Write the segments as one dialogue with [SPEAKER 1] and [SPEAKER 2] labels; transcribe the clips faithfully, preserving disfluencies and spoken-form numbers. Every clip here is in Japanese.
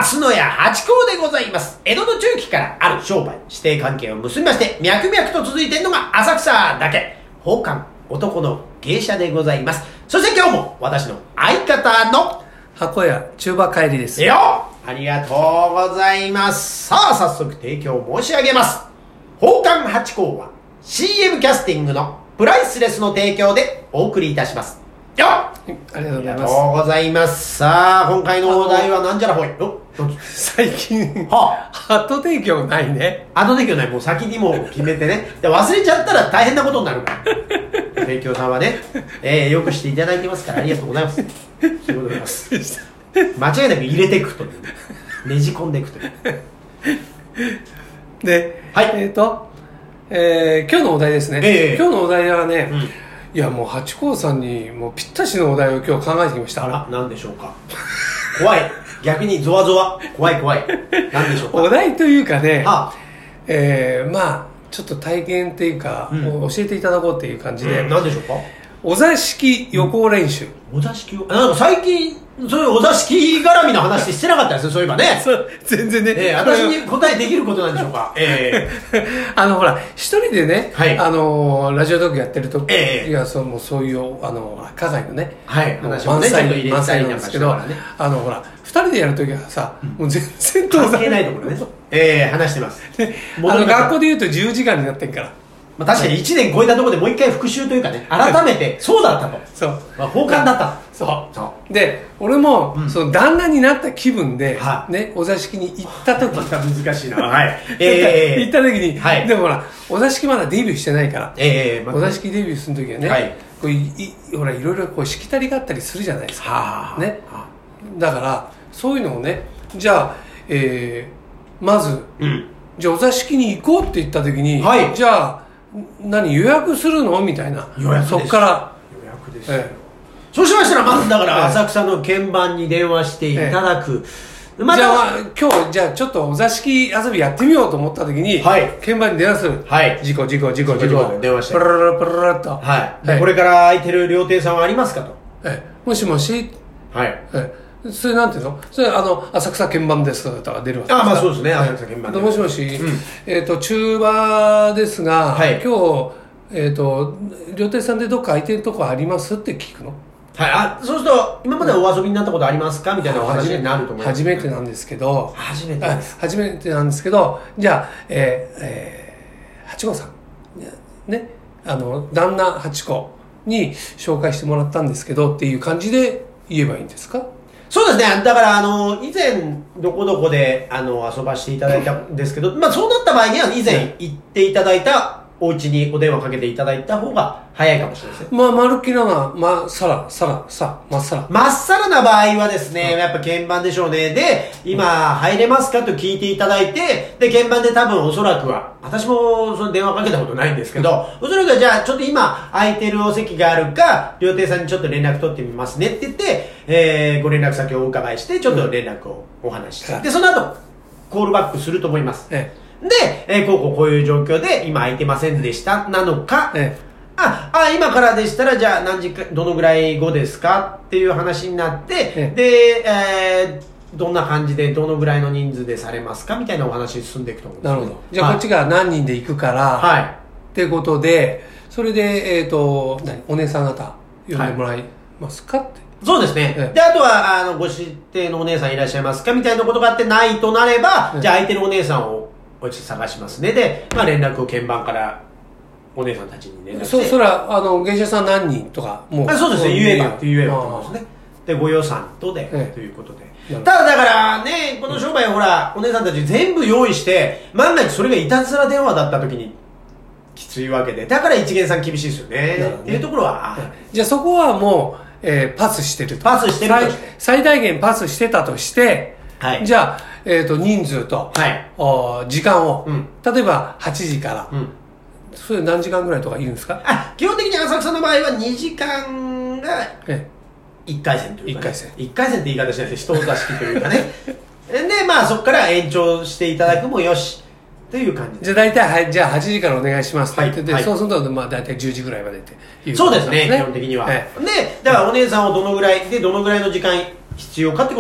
[SPEAKER 1] 松野屋八甲でございます。江戸の中期からある商売、指定関係を結びまして、脈々と続いているのが浅草だけ。宝冠男の芸者でございます。そして今日も私の相方の
[SPEAKER 2] 箱屋中馬帰りです。
[SPEAKER 1] よありがとうございます。さあ、早速提供申し上げます。宝冠八甲は シーエム キャスティングのプライスレスの提供でお送りいたします。よ
[SPEAKER 2] ありがとうございます。
[SPEAKER 1] ありがとうございます。さあ、今回のお題はなんじゃらほい。お
[SPEAKER 2] 最近、
[SPEAKER 1] は
[SPEAKER 2] あ、ハット提供ないね。
[SPEAKER 1] 後提供ない。もう先にもう決めてね。で忘れちゃったら大変なことになるから。提供さんはね、えー、よくしていただいてますからありがとうございます。そういうことでございます。間違いなく入れていくという。ねじ込んでいくという。
[SPEAKER 2] で、
[SPEAKER 1] はい、
[SPEAKER 2] えっ、ー、と、えー、今日のお題ですね。
[SPEAKER 1] えー、
[SPEAKER 2] 今日のお題はね、
[SPEAKER 1] うん
[SPEAKER 2] いやもう八甲さんにもうぴったしのお題を今日考えてきました。
[SPEAKER 1] あら、なんでしょうか。怖い。逆にゾワゾワ。怖い怖い。なんでしょうか。
[SPEAKER 2] お題というかね、
[SPEAKER 1] はあ、
[SPEAKER 2] えー、まあちょっと体験っていうか、うん、教えていただこうっていう感じで、
[SPEAKER 1] うん、なんでしょうか。
[SPEAKER 2] お座敷予行練習。
[SPEAKER 1] うん、お座敷をなんか最近そういうお座敷絡みの話してなかったですよ、そういえばね。
[SPEAKER 2] そう全然ね、
[SPEAKER 1] えー、私に答えできることなんでしょうか。え
[SPEAKER 2] ー、あのほら一人でね、
[SPEAKER 1] はい、
[SPEAKER 2] あのラジオトークやってると、
[SPEAKER 1] えー、
[SPEAKER 2] いやそうもうそういうあの赤貝のね、
[SPEAKER 1] はい、話をねちょっと入れたりなんかしながらね、
[SPEAKER 2] あのほら二人でやるときはさ、うん、もう全然
[SPEAKER 1] 関係ないところね。ええー、話してます。
[SPEAKER 2] あの学校で言うとじゅうじかんになってんから。
[SPEAKER 1] まあ、確かにいちねん超えたところでもう一回復習というかね、改めてそうだったと。
[SPEAKER 2] そう。
[SPEAKER 1] まあ、奉還だった
[SPEAKER 2] そう。そう。で、俺も、うん、その旦那になった気分で、
[SPEAKER 1] は
[SPEAKER 2] ね、お座敷に行った時。
[SPEAKER 1] また難しいな。はい。
[SPEAKER 2] えー、行った時に、
[SPEAKER 1] はい、
[SPEAKER 2] でもほら、お座敷まだデビューしてないから、
[SPEAKER 1] えーま、
[SPEAKER 2] お座敷デビューする時はね、はい、こういいほら、いろいろこうしきたりがあったりするじゃないですか。
[SPEAKER 1] はあ、
[SPEAKER 2] ね。はあ、だから、そういうのをね、じゃあ、えー、まず、うん、じゃあお座敷に行こうって言った時に、はい、じゃあ、何予約するのみたいな。
[SPEAKER 1] 予約です。
[SPEAKER 2] そっから
[SPEAKER 1] 予約ですよ、ええ、そうしましたらまずだから浅草の鍵盤に電話していただく、
[SPEAKER 2] ええ、ま、じゃあ今日じゃあちょっとお座敷遊びやってみようと思った時に、はい、鍵盤に電話する。
[SPEAKER 1] はい。
[SPEAKER 2] 事故事故事故事故
[SPEAKER 1] 電話して
[SPEAKER 2] プラララプララッと、
[SPEAKER 1] はい、はい、これから空いてる料亭さんはありますかと、
[SPEAKER 2] ええ、もしもし、
[SPEAKER 1] はい、
[SPEAKER 2] ええ、それなんていうの？それあの浅草鍵盤ですとか出るわけですか？
[SPEAKER 1] あ、まあそうですね。浅草鍵盤。
[SPEAKER 2] もしもし、うん、えっ、ー、と中馬ですが、はい、今日えっ、ー、と料亭さんでどっか空いてるとこありますって聞くの？
[SPEAKER 1] はい。あ、そうすると今までお遊びになったことありますかみたいなお話になると思います。
[SPEAKER 2] 初めてなんですけど。
[SPEAKER 1] 初めてです。
[SPEAKER 2] 初めてなんですけど、じゃあえー、えー、八甲さんね、あの旦那八甲に紹介してもらったんですけどっていう感じで言えばいいんですか？
[SPEAKER 1] そうですね。だから、あの、以前、どこどこで、あの、遊ばせていただいたんですけど、まあ、そうなった場合には、以前行っていただいたお家にお電話かけていただいた方が早いかもしれないですね。
[SPEAKER 2] まあ、まるっきらな、まあ、さら、さら、さ、まっさら。
[SPEAKER 1] まっさらな場合はですね、やっぱ鍵盤でしょうね。で、今、入れますかと聞いていただいて、で、鍵盤で多分おそらくは、私もその電話かけたことないんですけど、おそらくはじゃあ、ちょっと今、空いてるお席があるか、料亭さんにちょっと連絡取ってみますねって言って、えー、ご連絡先をお伺いして、ちょっと連絡をお話しして、うん、で、その後、コールバックすると思います。ええ、で、えー、こうこうこういう状況で、今空いてませんでした、なのか、ええ、あ、あ、今からでしたら、じゃあ何時か、どのぐらい後ですかっていう話になって、ええ、で、えー、どんな感じで、どのぐらいの人数でされますかみたいなお話進んでいくと思うんですね。
[SPEAKER 2] なるほど。じゃあ、はい、こっちが何人で行くから、はい。ってことで、それで、えっ、ー、と、何、お姉さん方、呼んでもらいますか、はい、って。
[SPEAKER 1] そうですね。ええ、で、あとは、あの、ご指定のお姉さんいらっしゃいますかみたいなことがあってないとなれば、ええ、じゃあ相手のお姉さんを、お家探しますね。で、まあ連絡を鍵盤からお姉さんたちに連絡して。
[SPEAKER 2] そう、それは、あの、芸者さん何人とか、もう。
[SPEAKER 1] あ、そうですね。言えばって言えばと思うんですね。で、ご予算とで、ええ、ということで。ただだからね、この商売はほら、お姉さんたち全部用意して、万が一それがいたずら電話だった時に、きついわけで。だから一元さん厳しいですよね。ねっていうところは。
[SPEAKER 2] じゃあそこはもう、えー、パスしてると。
[SPEAKER 1] パスしてると。
[SPEAKER 2] 最大限パスしてたとして、はい、じゃあ、えっ、ー、と、人数と、はい、お時間を、うん、例えばはちじから、うん、それ何時間ぐらいとか言うんですか？あ、
[SPEAKER 1] 基本的に浅草の場合はにじかんがいっかい戦というか、ね、いっかい戦。いっかい戦って言い方しないです。人座敷というかね。で、まあそこから延長していただくもよし。という感じ
[SPEAKER 2] じゃあ大体、はい、じゃあはちじからお願いしますって言ってて、はい、そうすると、まあ大体じゅうじぐらいまでっていう、
[SPEAKER 1] ね。そうですね、基本的には。はい、で、だからお姉さんをどのぐらいで、どのぐらいの時間必要かってことを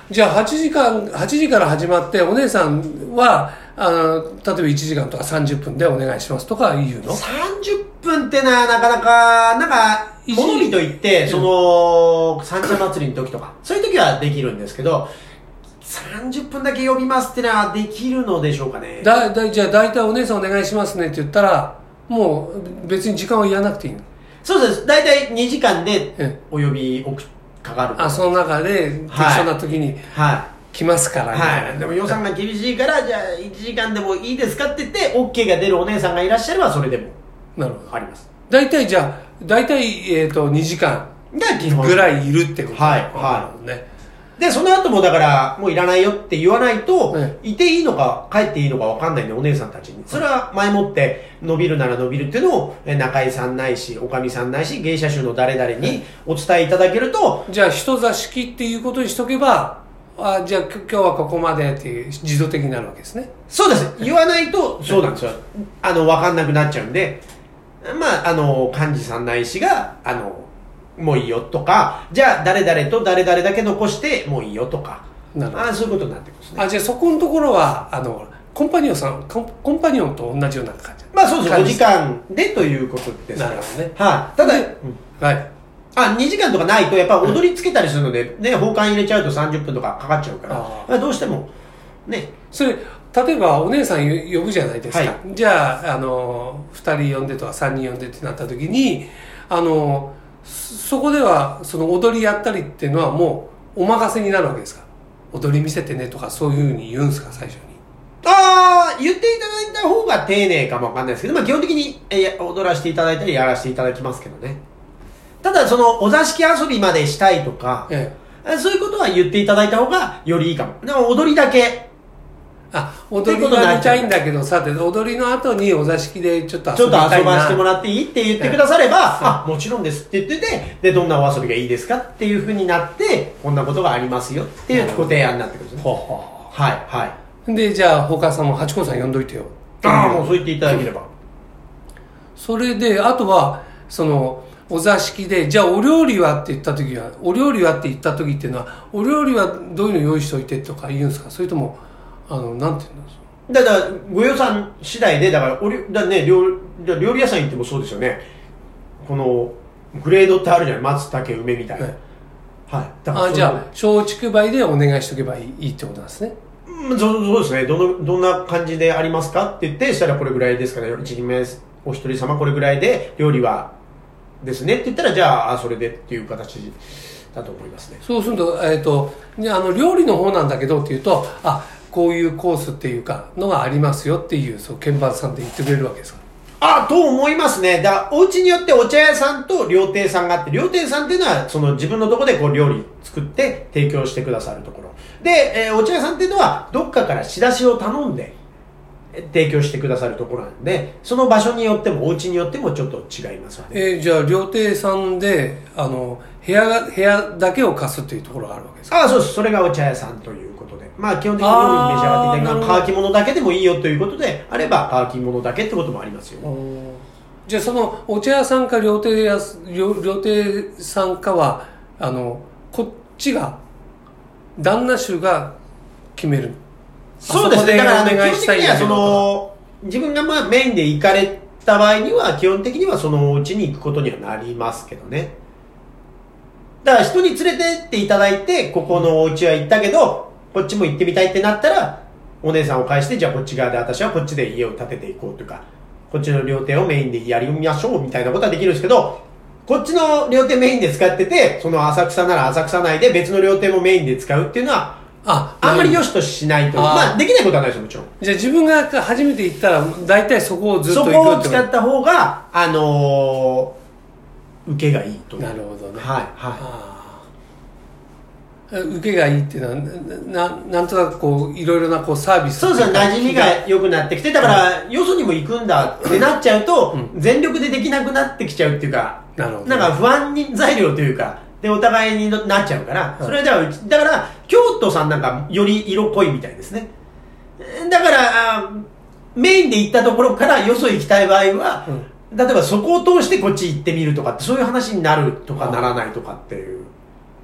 [SPEAKER 2] じゃあはちじかん、はちじから始まって、お姉さんは、あの、例えばいちじかんとかさんじゅっぷんでお願いしますとか言うの ?
[SPEAKER 1] さんじゅっぷんってのはなかなか、なんか、物見といって、その、三茶祭りの時とか、そういう時はできるんですけど、さんじゅっぷんだけ呼びますってのはできるのでしょうかね。
[SPEAKER 2] だ、だ、じゃあ大体お姉さんお願いしますねって言ったら、もう別に時間は言わなくていいの？
[SPEAKER 1] そうです。大体にじかんでお呼びかかる。
[SPEAKER 2] あ、その中で適当な時に、はい。来ますからね、
[SPEAKER 1] はい、でも予算が厳しいからじゃあいちじかんでもいいですかって言って OK が出るお姉さんがいらっしゃればそれでも
[SPEAKER 2] なるほど
[SPEAKER 1] あります。
[SPEAKER 2] 大体じゃあ大体、えー、とにじかんぐらいいるってこと
[SPEAKER 1] はいはいね。でその後もだからもういらないよって言わないと、ね、いていいのか帰っていいのか分かんないんでお姉さんたちにそれは前もって伸びるなら伸びるっていうのを中井さんないしおかみさんないし芸者衆の誰々にお伝えいただけると、
[SPEAKER 2] じゃあ人座敷っていうことにしとけばあじゃあ今日はここまでっていう自動的になるわけですね。
[SPEAKER 1] そうです。言わないとそうなんですよ。あの分かんなくなっちゃうんで、まああの幹事さんないしがあのもういいよとか、じゃあ誰々と誰々だけ残してもういいよとか、あそういうことになってくるんですね。
[SPEAKER 2] あじゃあそこのところはあのコンパニオンさんコン、コンパニオンと同じような感じ。
[SPEAKER 1] まあそうです。お時間でということですから。
[SPEAKER 2] なるほどね。
[SPEAKER 1] はい。ただ、うん、
[SPEAKER 2] はい。
[SPEAKER 1] あにじかんとかないとやっぱ踊りつけたりするので、ね、放還入れちゃうとさんじゅっぷんとかかかっちゃうからどうしてもね
[SPEAKER 2] それ例えばお姉さん呼ぶじゃないですか、はい、じゃあ、あのふたり呼んでとかさんにん呼んでってなった時にあのそこではその踊りやったりっていうのはもうお任せになるわけですか？踊り見せてねとかそういうふうに言うんですか最初に？
[SPEAKER 1] ああ言っていただいた方が丁寧かもわかんないですけど、まあ、基本的にえ踊らせていただいたりやらせていただきますけどね。ただそのお座敷遊びまでしたいとか、ええ、そういうことは言っていただいた方がよりいいかも。でも踊りだけ
[SPEAKER 2] あ踊りが見たいんだけどさて踊りの後にお座敷でちょっと遊びたいな
[SPEAKER 1] ちょっと遊ばせてもらっていいって言ってくだされば、ええ、あもちろんですって言っててでどんなお遊びがいいですかっていうふうになってこんなことがありますよっていうご提案になってくるんですね。ほうほうはいはい
[SPEAKER 2] でじゃあ他さんも八甲さん呼んどいてよ
[SPEAKER 1] ああもうそう言っていただければ、うん、
[SPEAKER 2] それであとはそのお座敷でじゃあお料理はって言った時はお料理はって言った時っていうのはお料理はどういうの用意しといてとか言うんですか？それともあのなんていうんですか？
[SPEAKER 1] だからご予算次第でだからおりだ、ね、料, 料理屋さん行ってもそうですよね。このグレードってあるじゃない松茸梅みたいな、はい
[SPEAKER 2] はい、だからあじゃあ松竹梅でお願いしとけばいいってことなんですね。
[SPEAKER 1] うん、そそうですね。どのどんな感じでありますかって言ってしたらこれぐらいですかね。一人前お一人様これぐらいで料理はですねって言ったらじゃあそれでっていう形だと思いますね。
[SPEAKER 2] そうすると、えーと、あの料理の方なんだけどっていうとあこういうコースっていうかのがありますよっていうそう鍵盤さんで言ってくれるわけですか？
[SPEAKER 1] あと思いますね。だお家によってお茶屋さんと料亭さんがあって料亭さんっていうのはその自分のところでこう料理作って提供してくださるところで、えー、お茶屋さんっていうのはどっかから仕出しを頼んで提供してくださるところなんでその場所によってもお家によってもちょっと違いますわね。
[SPEAKER 2] えー、じゃあ料亭さんであの部屋が部屋だけを貸すっていうところがあるわけですか？
[SPEAKER 1] ああそうです。それがお茶屋さんということでまあ基本的に料理召し上がっていただき乾き物だけでもいいよということであれば乾き物だけってこともありますよ。
[SPEAKER 2] じゃあそのお茶屋さんか料亭や料亭さんかはあのこっちが旦那衆が決める。
[SPEAKER 1] そうですね。だから基本的にはその自分がまあメインで行かれた場合には基本的にはそのお家に行くことにはなりますけどね。だから人に連れてっていただいてここのお家は行ったけどこっちも行ってみたいってなったらお姉さんを介してじゃあこっち側で私はこっちで家を建てていこうというかこっちの料亭をメインでやりましょうみたいなことはできるんですけどこっちの料亭メインで使っててその浅草なら浅草内で別の料亭もメインで使うっていうのはあ, あんまり良しとしないというまあできないことはないですよもちろん。
[SPEAKER 2] じゃあ自分が初めて行ったら大体そこをずっと行くって
[SPEAKER 1] そこを使った方があのー、受けがいいという。
[SPEAKER 2] なるほどね。
[SPEAKER 1] はいはい
[SPEAKER 2] 受けがいいっていうのは な, な, なんとなくこういろいろなこうサービス
[SPEAKER 1] そうそう馴染みが良くなってきてだから、うん、よそにも行くんだってなっちゃうと、うん、全力でできなくなってきちゃうっていうか、
[SPEAKER 2] なるほど、
[SPEAKER 1] なんか不安に材料というかでお互いになっちゃうから、うん、それはじゃあだから京都さんなんかより色濃いみたいですね。だからメインで行ったところからよそ行きたい場合は、うん、例えばそこを通してこっち行ってみるとかってそういう話になるとかならないとかっていう。そ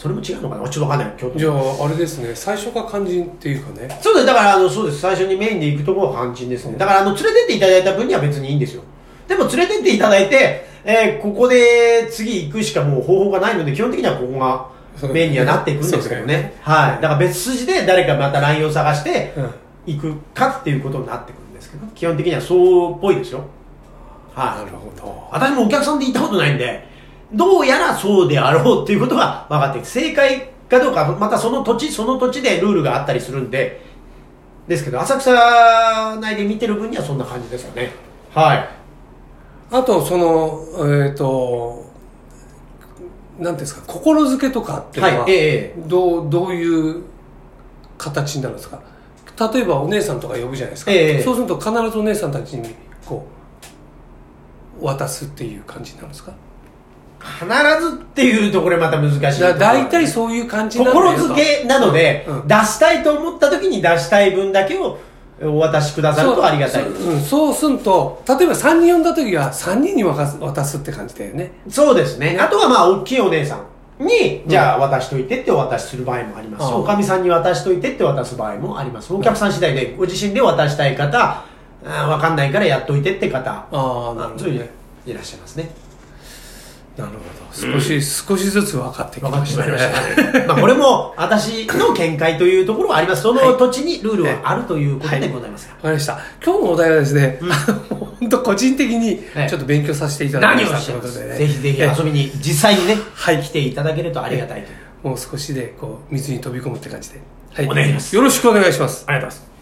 [SPEAKER 1] それも違うのかな、ちょっとわかんない京都。
[SPEAKER 2] じゃああれですね、最初が肝心っていうかね。
[SPEAKER 1] そうです。だからあのそうです、最初にメインで行くところは肝心ですね。だからあの連れてっていただいた分には別にいいんですよ。でも連れてっていただいて、えー、ここで次行くしかもう方法がないので、基本的にはここがメインにはなっていくんですけどね。ね、はい。だから別筋で誰かまたラインを探して行くかっていうことになってくるんですけど、基本的にはそうっぽいですよ。はい。なるほど。私もお客さんで行ったことないんで、どうやらそうであろうっていうことが分かっていく。正解かどうか、またその土地その土地でルールがあったりするんで、ですけど浅草内で見てる分にはそんな感じですよね。はい。
[SPEAKER 2] あとそのえっ、ー、となんていうんですか、心づけとかっていうのは、はい、えー、どうどういう形になるんですか。例えばお姉さんとか呼ぶじゃないですか、えー、そうすると必ずお姉さんたちにこう渡すっていう感じなんですか。
[SPEAKER 1] 必ずっていうところまた難しい。
[SPEAKER 2] だ大体そういう感じなんだよ。
[SPEAKER 1] 心づけなので、うんうん、出したいと思った時に出したい分だけをお渡しくださるとありがたい。
[SPEAKER 2] そう、そう、うん、そうすると例えばさんにん呼んだ時はさんにんに渡す、渡すって感じだよね。
[SPEAKER 1] そうですね。あとはまあ大きいお姉さんにじゃあ渡しといてってお渡しする場合もありますし、うん、おかみさんに渡しといてって渡す場合もあります。お客さん次第でご自身で渡したい方、あ分かんないからやっといてって方、ああ、なるほどね、いらっしゃいますね。
[SPEAKER 2] なるほど。少し、うん、少しずつ分かってきましたね。
[SPEAKER 1] まあこれも私の見解というところはあります。その土地にルールはあるということでございますが。
[SPEAKER 2] わ、はい、かりました。今日のお題はですね、うん、本当個人的にちょっと勉強させていただきました。
[SPEAKER 1] 何をしてます。ぜひぜひ遊びに実際にね、はい、来ていただけるとありがたいという。
[SPEAKER 2] もう少しでこう水に飛び込むって感じで。はい。
[SPEAKER 1] お願いします。
[SPEAKER 2] よろしくお願いします。
[SPEAKER 1] ありがとうございます。